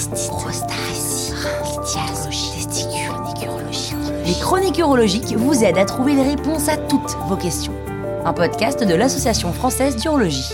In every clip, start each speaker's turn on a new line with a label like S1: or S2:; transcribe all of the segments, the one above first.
S1: Les chroniques urologiques vous aident à trouver les réponses à toutes vos questions. Un podcast de l'Association française d'urologie.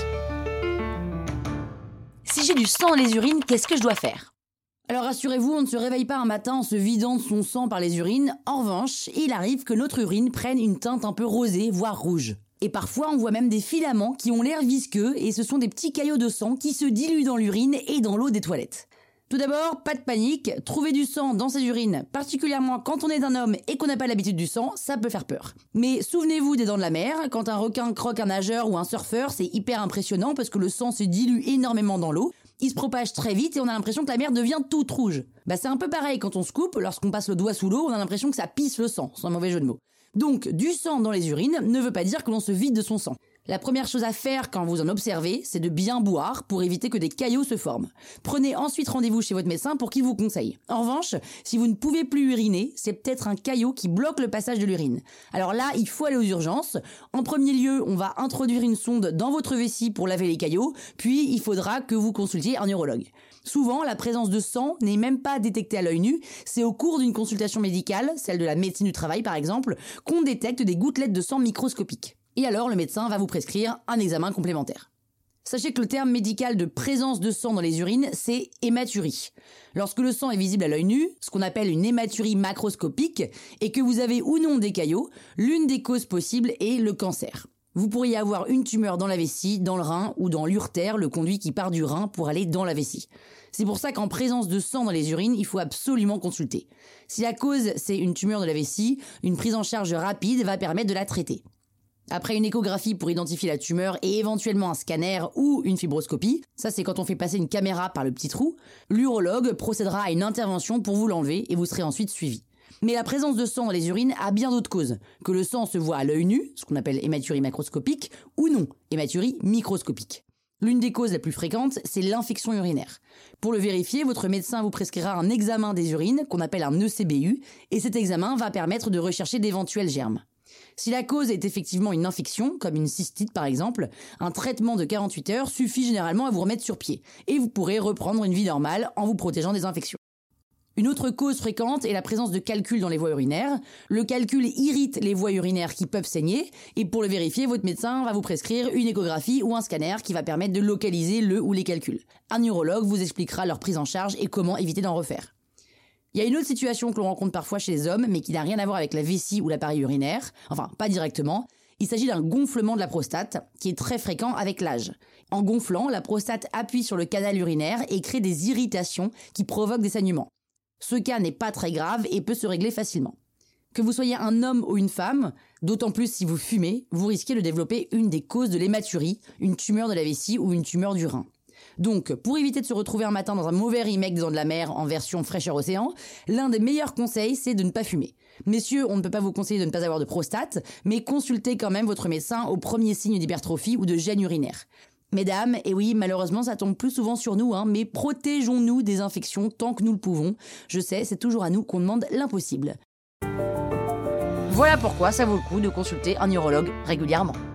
S1: Si j'ai du sang dans les urines, qu'est-ce que je dois faire ?
S2: Alors rassurez-vous, on ne se réveille pas un matin en se vidant de son sang par les urines. En revanche, il arrive que notre urine prenne une teinte un peu rosée, voire rouge. Et parfois, on voit même des filaments qui ont l'air visqueux et ce sont des petits caillots de sang qui se diluent dans l'urine et dans l'eau des toilettes. Tout d'abord, pas de panique, trouver du sang dans ses urines, particulièrement quand on est un homme et qu'on n'a pas l'habitude du sang, ça peut faire peur. Mais souvenez-vous des dents de la mer, quand un requin croque un nageur ou un surfeur, c'est hyper impressionnant parce que le sang se dilue énormément dans l'eau, il se propage très vite et on a l'impression que la mer devient toute rouge. C'est un peu pareil quand on se coupe, lorsqu'on passe le doigt sous l'eau, on a l'impression que ça pisse le sang, sans mauvais jeu de mots. Donc, du sang dans les urines ne veut pas dire que l'on se vide de son sang. La première chose à faire quand vous en observez, c'est de bien boire pour éviter que des caillots se forment. Prenez ensuite rendez-vous chez votre médecin pour qu'il vous conseille. En revanche, si vous ne pouvez plus uriner, c'est peut-être un caillot qui bloque le passage de l'urine. Alors là, il faut aller aux urgences. En premier lieu, on va introduire une sonde dans votre vessie pour laver les caillots, puis il faudra que vous consultiez un urologue. Souvent, la présence de sang n'est même pas détectée à l'œil nu, c'est au cours d'une consultation médicale, celle de la médecine du travail par exemple, qu'on détecte des gouttelettes de sang microscopiques. Et alors, le médecin va vous prescrire un examen complémentaire. Sachez que le terme médical de présence de sang dans les urines, c'est hématurie. Lorsque le sang est visible à l'œil nu, ce qu'on appelle une hématurie macroscopique, et que vous avez ou non des caillots, l'une des causes possibles est le cancer. Vous pourriez avoir une tumeur dans la vessie, dans le rein ou dans l'urtère, le conduit qui part du rein pour aller dans la vessie. C'est pour ça qu'en présence de sang dans les urines, il faut absolument consulter. Si la cause, c'est une tumeur de la vessie, une prise en charge rapide va permettre de la traiter. Après une échographie pour identifier la tumeur et éventuellement un scanner ou une fibroscopie, ça c'est quand on fait passer une caméra par le petit trou, l'urologue procédera à une intervention pour vous l'enlever et vous serez ensuite suivi. Mais la présence de sang dans les urines a bien d'autres causes. Que le sang se voit à l'œil nu, ce qu'on appelle hématurie macroscopique, ou non, hématurie microscopique. L'une des causes les plus fréquentes, c'est l'infection urinaire. Pour le vérifier, votre médecin vous prescrira un examen des urines, qu'on appelle un ECBU, et cet examen va permettre de rechercher d'éventuels germes. Si la cause est effectivement une infection, comme une cystite par exemple, un traitement de 48 heures suffit généralement à vous remettre sur pied, et vous pourrez reprendre une vie normale en vous protégeant des infections. Une autre cause fréquente est la présence de calculs dans les voies urinaires. Le calcul irrite les voies urinaires qui peuvent saigner, et pour le vérifier, votre médecin va vous prescrire une échographie ou un scanner qui va permettre de localiser le ou les calculs. Un urologue vous expliquera leur prise en charge et comment éviter d'en refaire. Il y a une autre situation que l'on rencontre parfois chez les hommes, mais qui n'a rien à voir avec la vessie ou l'appareil urinaire. Enfin, pas directement. Il s'agit d'un gonflement de la prostate, qui est très fréquent avec l'âge. En gonflant, la prostate appuie sur le canal urinaire et crée des irritations qui provoquent des saignements. Ce cas n'est pas très grave et peut se régler facilement. Que vous soyez un homme ou une femme, d'autant plus si vous fumez, vous risquez de développer une des causes de l'hématurie, une tumeur de la vessie ou une tumeur du rein. Donc, pour éviter de se retrouver un matin dans un mauvais remake des Dents de la Mer en version fraîcheur océan, l'un des meilleurs conseils, c'est de ne pas fumer. Messieurs, on ne peut pas vous conseiller de ne pas avoir de prostate, mais consultez quand même votre médecin au premier signe d'hypertrophie ou de gêne urinaire. Mesdames, et oui, malheureusement, ça tombe plus souvent sur nous, mais protégeons-nous des infections tant que nous le pouvons. Je sais, c'est toujours à nous qu'on demande l'impossible.
S1: Voilà pourquoi ça vaut le coup de consulter un urologue régulièrement.